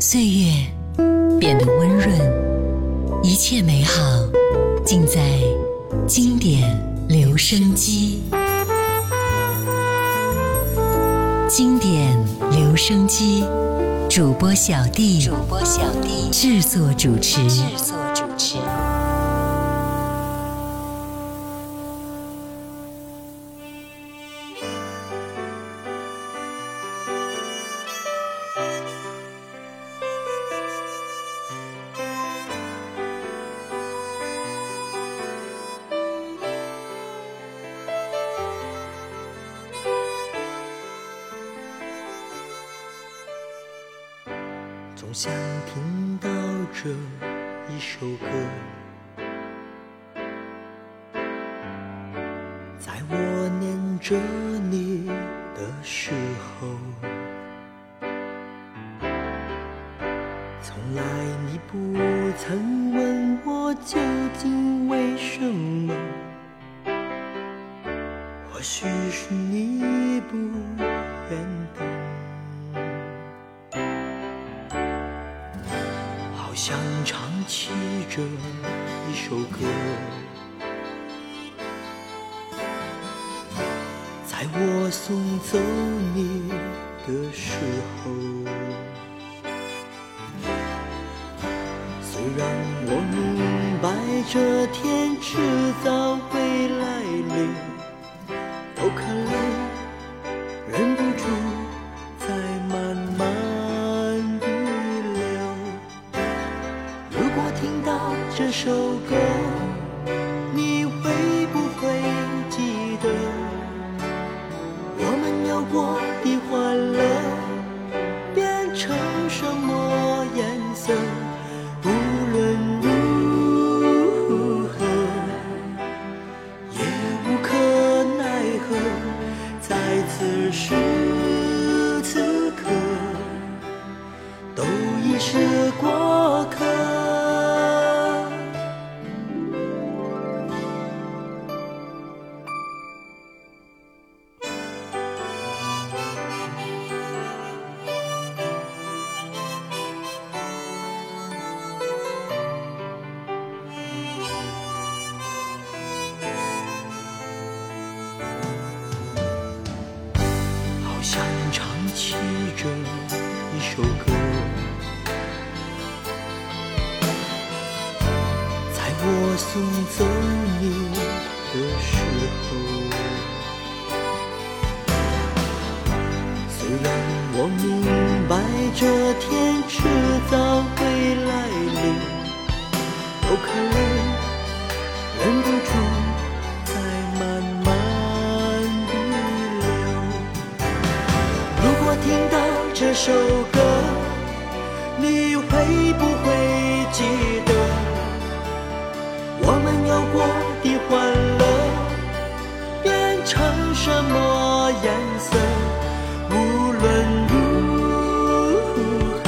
岁月变得温润，一切美好尽在经典留声机。经典留声机，主播小弟制作主持。 总想听到这一首歌，在我念着你的时候，从来你不曾问我究竟为什么，或许是你不愿等，好像唱起这一首歌，在我送走你的时候，虽然我明白这天迟早会来临，都看泪忍不住再慢慢地流。如果听到这首歌，你会不会记得我们有过的欢乐变成什么颜色？无论如何也无可奈何，在此时此刻都已是过客。好像唱起这一首歌，在我送走你的时候，虽然我明白这天迟早会来临，都看泪忍不住再慢慢地流。如果听到这首歌，你会不会记得我们有过的欢乐变成什么颜色？无论如何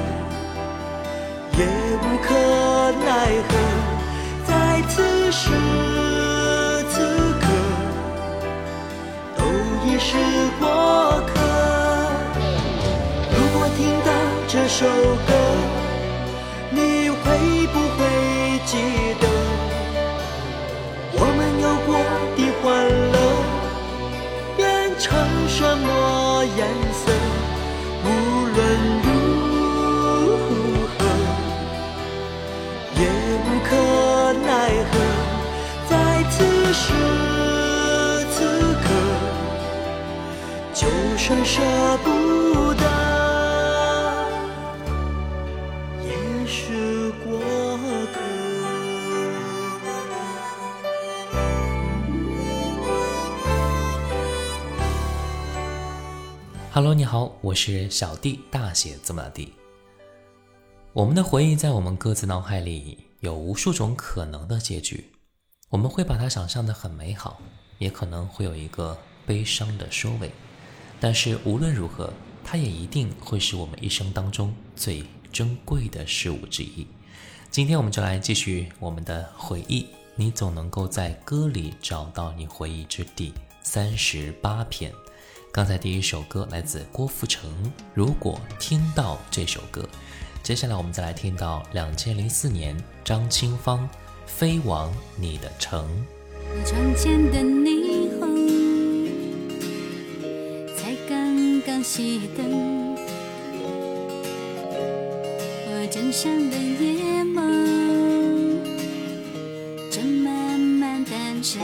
也无可奈何，在此时此刻都已是过客。如果听到这首歌，你会不会记得我们有过的欢乐变成什么颜色？无论如何也无可奈何，在此时此刻就算舍不得也是过客。 Hello， 你好，我是小弟，大写字母的弟。我们的回忆在我们各自脑海里有无数种可能的结局，我们会把它想象得很美好，也可能会有一个悲伤的收尾。但是无论如何，它也一定会是我们一生当中最珍贵的事物之一。今天我们就来继续我们的回忆，你总能够在歌里找到你回忆之第38篇。刚才第一首歌来自郭富城，如果听到这首歌， 接下来我们再来听到2004年张清芳飞往你的城。 窗前的霓虹才刚刚熄灯，我枕上的夜梦正慢慢诞生，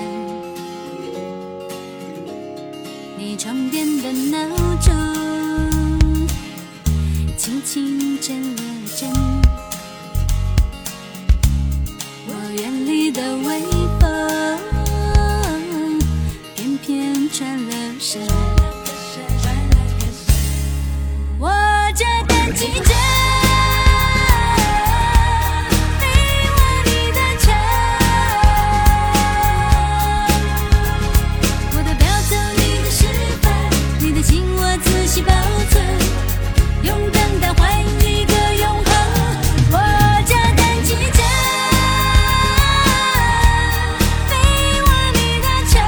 你床边的闹钟轻轻震了震，我远离的微风偏偏转了身，我这单骑着飞往你的城，我的标走你的示范，你的情我仔细保存，用等待换一个永恒，我这单骑着飞往你的城，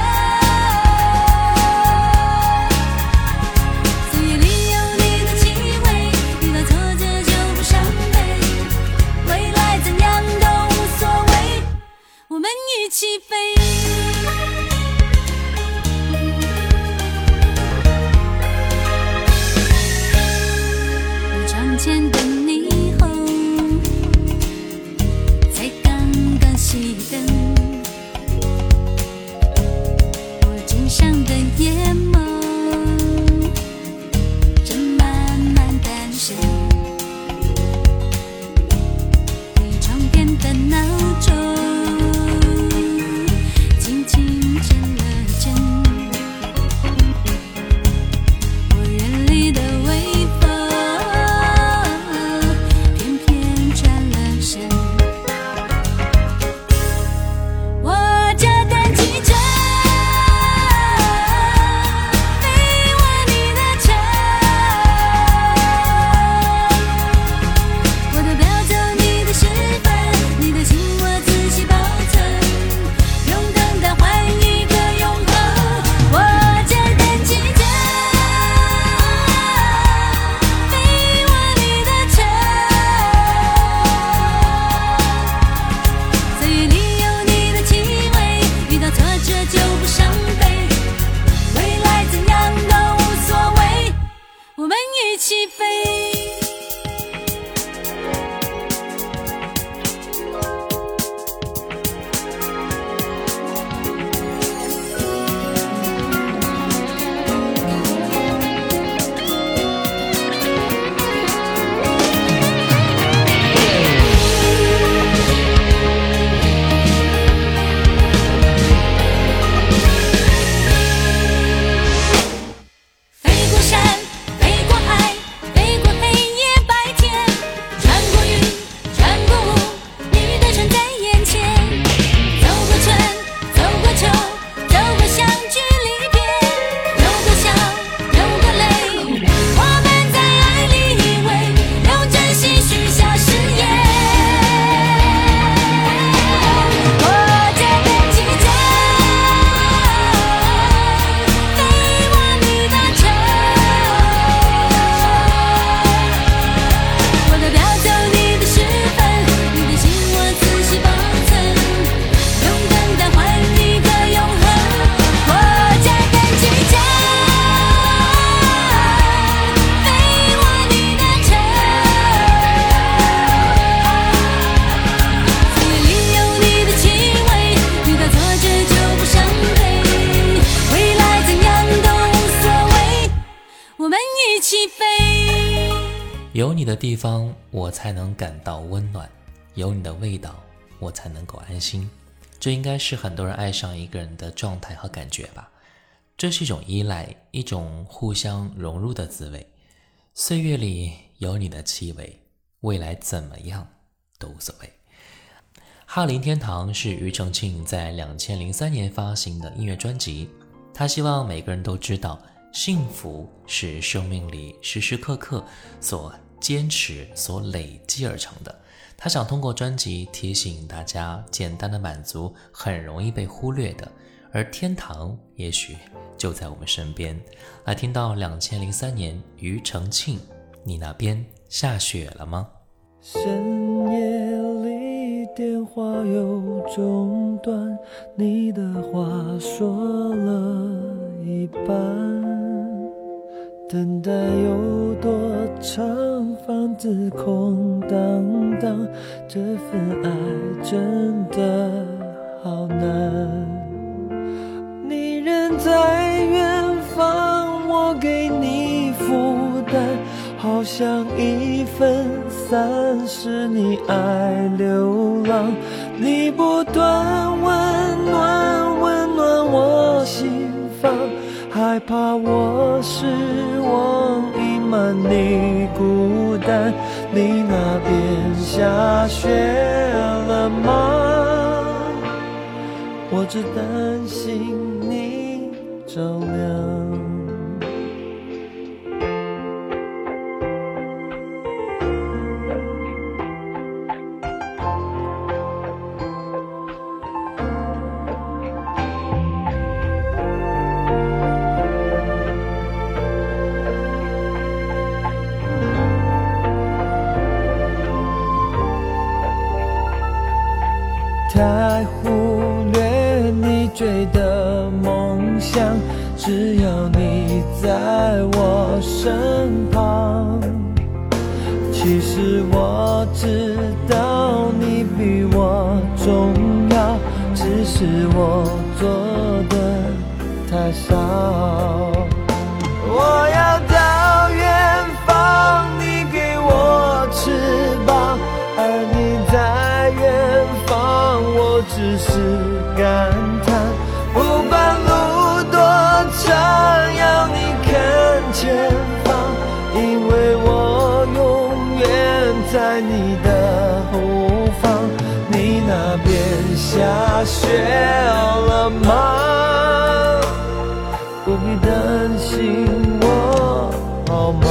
岁月里有你的气味，遇到挫折就不伤悲，未来怎样都无所谓，我们一起飞。窗前的霓虹才刚刚熄灯，我枕上的夜梦正慢慢诞生，你床边的闹钟轻轻震了震，我远离的微风偏偏转了身，我这单骑着飞往你的城，我的标走你的示范，你的情我仔细保存，用等待换一个永恒，我这单骑着飞往你的城，岁月里有你的气味，遇到挫折就不伤悲，未来怎样都无所谓，我们一起飞。飞过山，飞过海，飞过黑夜白天，穿过云，穿过雾，你的城在眼前，走过春，走过秋，走过相聚离别，有多笑，有多泪，我们在爱里依偎，用真心许下誓言，我这单骑着飞往你的城，我的标走你的示范，你的心我仔细保存，用等待换一个永恒，我这单骑着飞往你的城，岁月里有你的气味，遇到挫折就不伤悲，未来怎样都无所谓，我们一起飞。 有你的地方，我才能感到温暖；有你的味道，我才能够安心。这应该是很多人爱上一个人的状态和感觉吧。这是一种依赖，一种互相融入的滋味。岁月里有你的气味，未来怎么样都无所谓。哈林天堂是庾澄庆在2003年发行的音乐专辑，他希望每个人都知道，幸福是生命里时时刻刻所坚持、所累积而成的。他想通过专辑提醒大家，简单的满足很容易被忽略的，而天堂也许就在我们身边。来听到2003年庾澄庆，你那边下雪了吗？ 深夜里电话又中断，你的话说了一半，等待有多长，房子空荡荡，这份爱真的好难。你人在远方，我给你负担，好像一分散是你爱流浪。你不断温暖我心房，害怕我失望溢满你孤单。你那边下雪了吗？我只担心你着凉。太忽略你追的梦想，只要你在我身旁。其实我知道你比我重要，只是我做的太少。我要到远方，你给我翅膀，而你在远方，我只是感叹。不管路多长，要你看前方，因为我永远在你的后方。你那边下雪了吗？不必担心我好吗？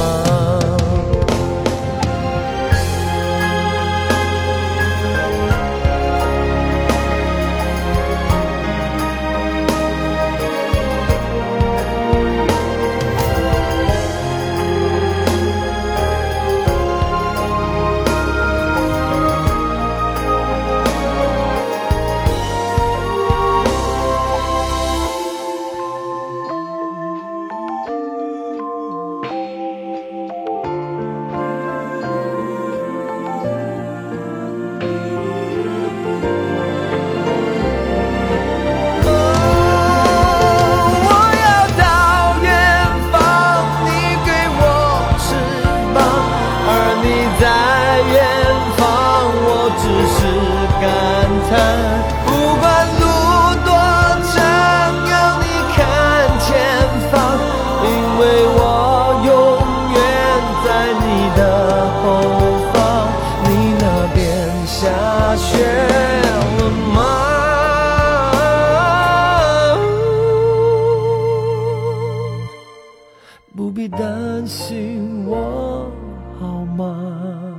不必担心我好吗？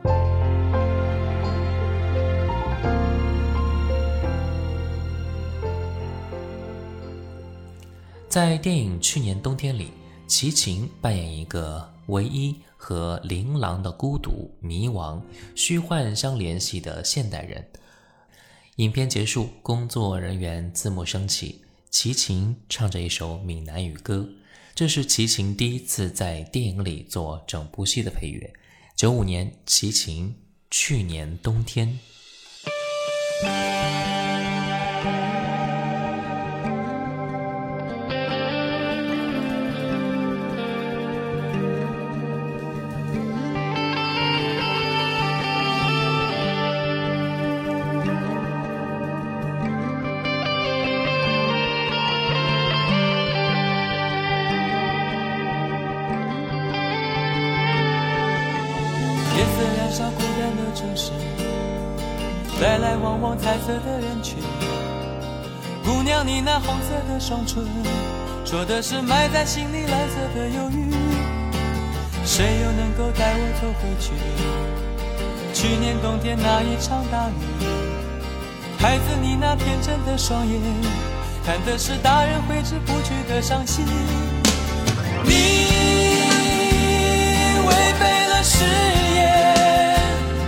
在电影《去年冬天》里，齐秦扮演一个唯一和琳琅的孤独、迷惘、虚幻相联系的现代人。影片结束，工作人员字幕升起，齐秦唱着一首闽南语歌，这是齐秦第一次在电影里做整部戏的配乐。95年，齐秦《去年冬天》。 夜色燃烧孤单的城市，来来往往彩色的人群。姑娘，你那红色的双唇，说的是埋在心里蓝色的忧郁。谁又能够带我走回去？去年冬天那一场大雨，孩子，你那天真的双眼，看的是大人挥之不去的伤心。你违背了誓言，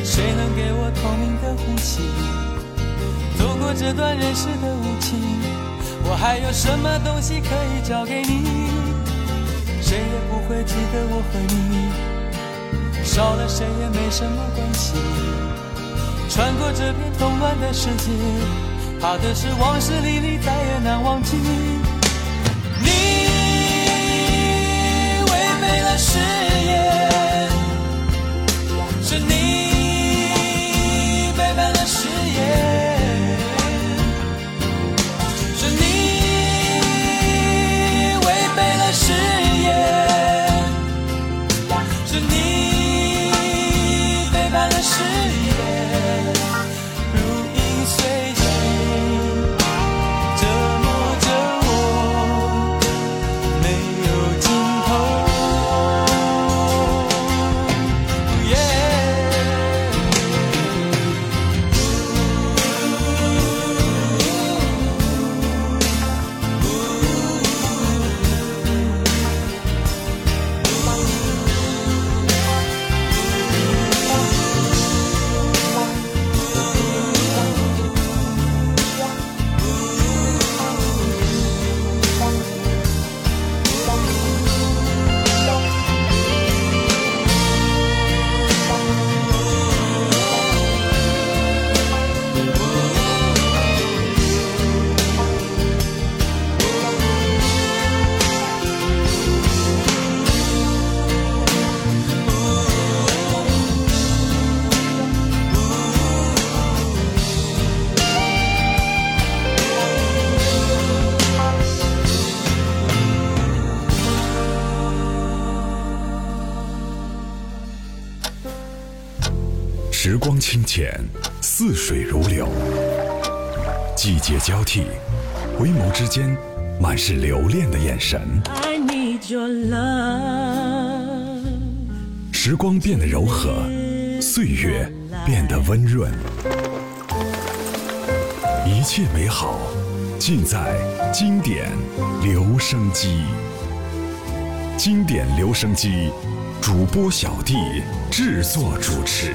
谁能给我透明的呼吸？走过这段人世的无情，我还有什么东西可以交给你？谁也不会记得我和你，少了谁也没什么关系。穿过这片动乱的世界，怕的是往事历历再也难忘记。你违背了誓言，是你背叛了誓言，是你违背了誓言，是你背叛了誓言，如影随形，折磨着我，没有尽头。 时光清浅，似水如流，季节交替，回眸之间满是留恋的眼神。 I need your love。 时光变得柔和，岁月变得温润，一切美好尽在经典留声机。经典留声机，主播小弟制作主持。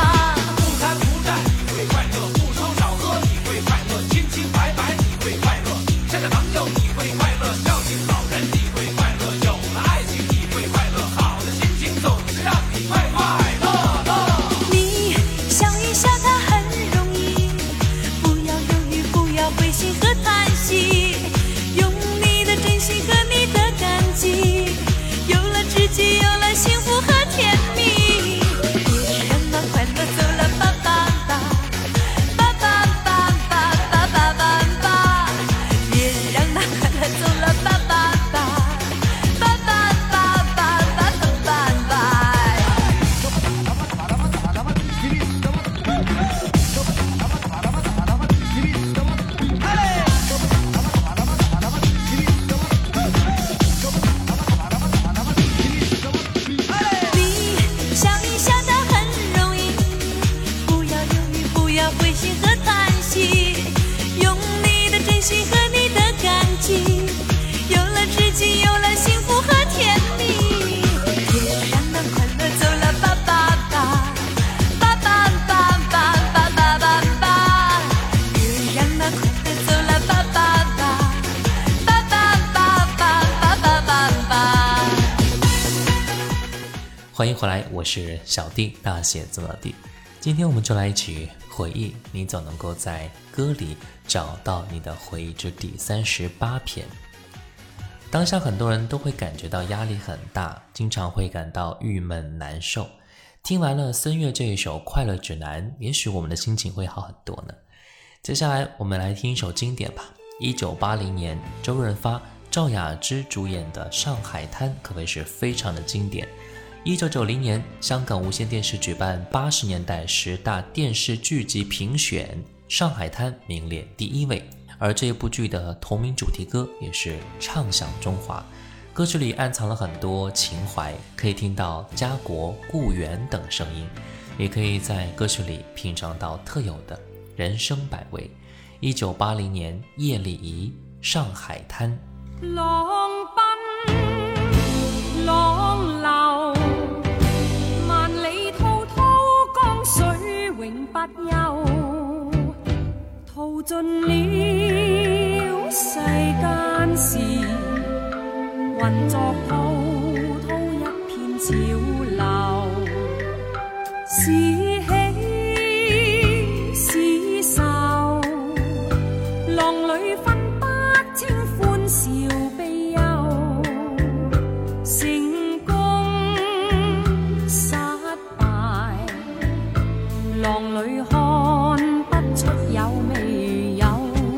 快乐，不愁少喝，你会快乐；清清白白，你会快乐。 欢迎回来，我是小弟，大写字母的弟。今天我们就来一起回忆，你总能够在歌里找到你的回忆之第38篇。当下很多人都会感觉到压力很大，经常会感到郁闷难受。听完了孙悦这一首《快乐指南》，也许我们的心情会好很多呢。接下来我们来听一首经典吧。1980年周润发、赵雅芝主演的《上海滩》可谓是非常的经典。1990年香港无线电视举办80年代10大电视剧集评选，《上海滩》名列第1位，而这部剧的同名主题歌也是唱响中华。歌曲里暗藏了很多情怀，可以听到家国、故园等声音，也可以在歌曲里品尝到特有的人生百味。1980年叶丽仪《上海滩》。 浪奔浪流，萬里滔滔江水永不休，淘盡了世間事，混作滔滔一片潮流，是喜是愁，浪裏分不清歡笑悲憂，成功失敗，浪裏看不出有未有。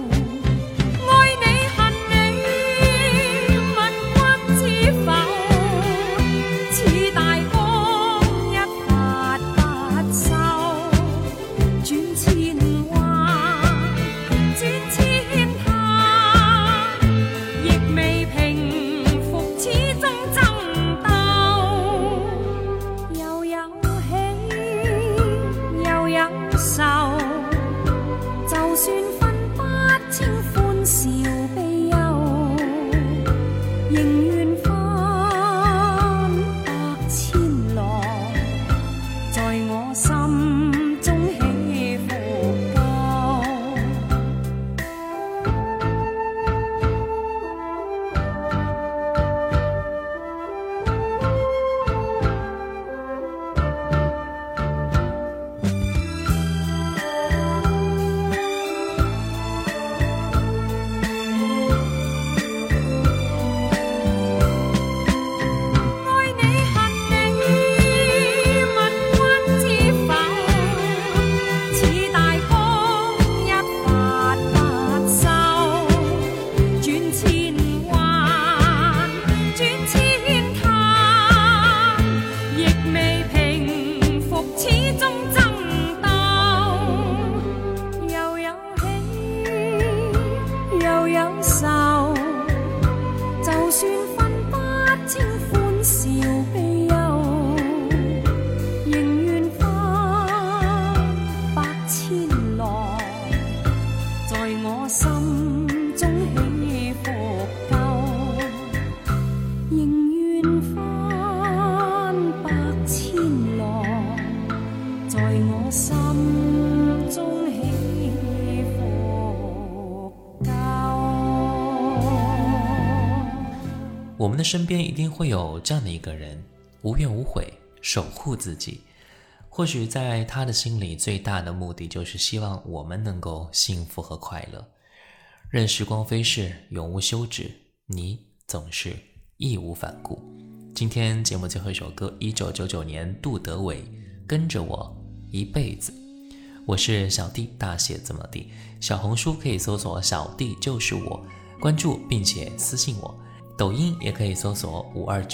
我们的身边一定会有这样的一个人，无怨无悔守护自己。或许在他的心里，最大的目的就是希望我们能够幸福和快乐。任时光飞逝，永无休止，你总是义无反顾。今天节目最后一首歌，1999年杜德伟《跟着我一辈子》。我是小弟，大写字母弟。小红书可以搜索小弟就是我，关注并且私信我。抖音也可以搜索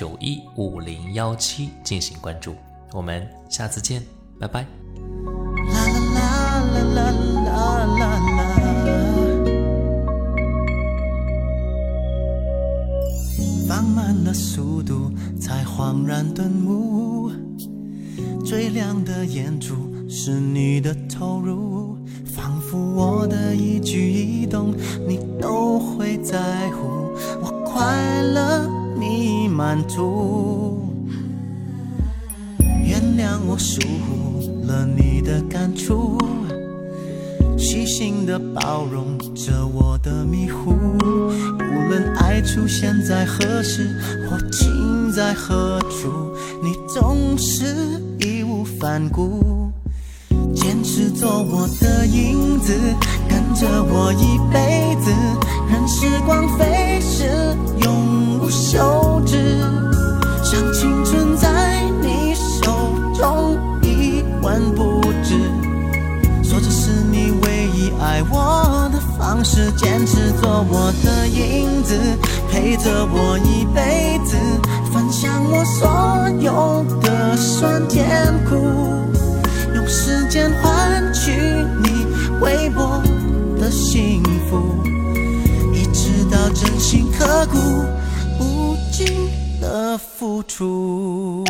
52915017进行关注。我们下次见，拜拜。 啦啦啦啦啦啦啦，放慢了速度，才恍然顿悟，最亮的眼珠是你的投入，仿佛我的一举一动你都会在乎，我快乐你满足，原谅我疏忽了你的感触，细心的包容着我的迷糊，无论爱出现在何时或近在在何处，你总是义无反顾，坚持做我的影子，跟着我一辈子，任时光飞逝，永无休止，像青春在你手中一文不值，说这是你唯一爱我的方式，坚持做我的影子，陪着我一辈子，分享我所有的酸甜苦，用时间换取你微薄的幸福，一直到真心刻骨，无尽的付出。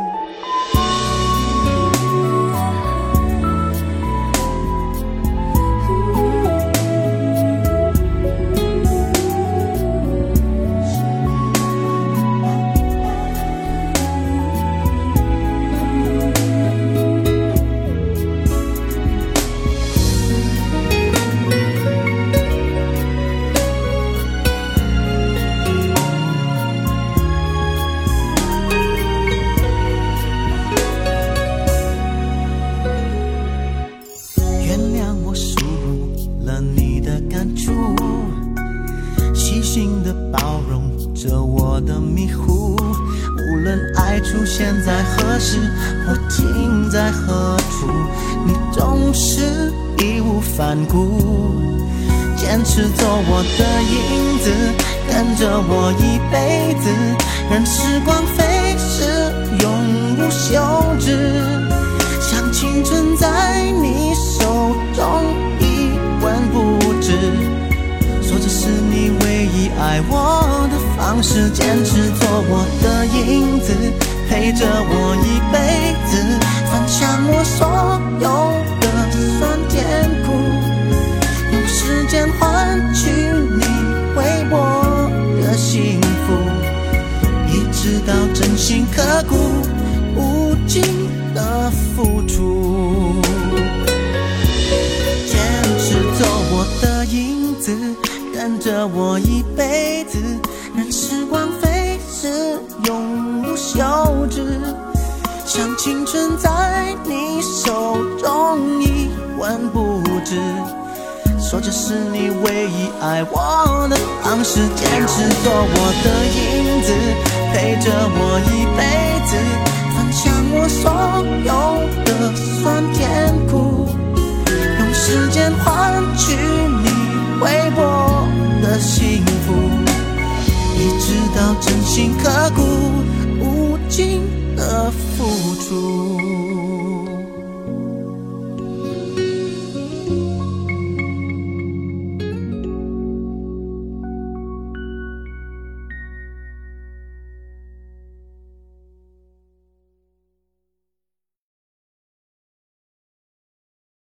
出现在何时或停在何处，你总是义无反顾，坚持做我的影子，跟着我一辈子，任时光飞逝，永无休止，像青春在你手中一文不值，说这是你唯一爱我的方式，坚持做我的影子，陪着我一辈子，分享我所有的酸甜苦，用时间换取你微薄的幸福，一直到真心刻骨，无尽的付出，坚持做我的影子，跟着我一辈子，任时光飞逝，永无休止，像青春在你手中一文不值，说这是你唯一爱我的方式，坚持做我的影子，陪着我一辈子，分享我所有的酸甜苦，用时间换取你微薄的幸福，一直到真心刻骨，无尽的付出。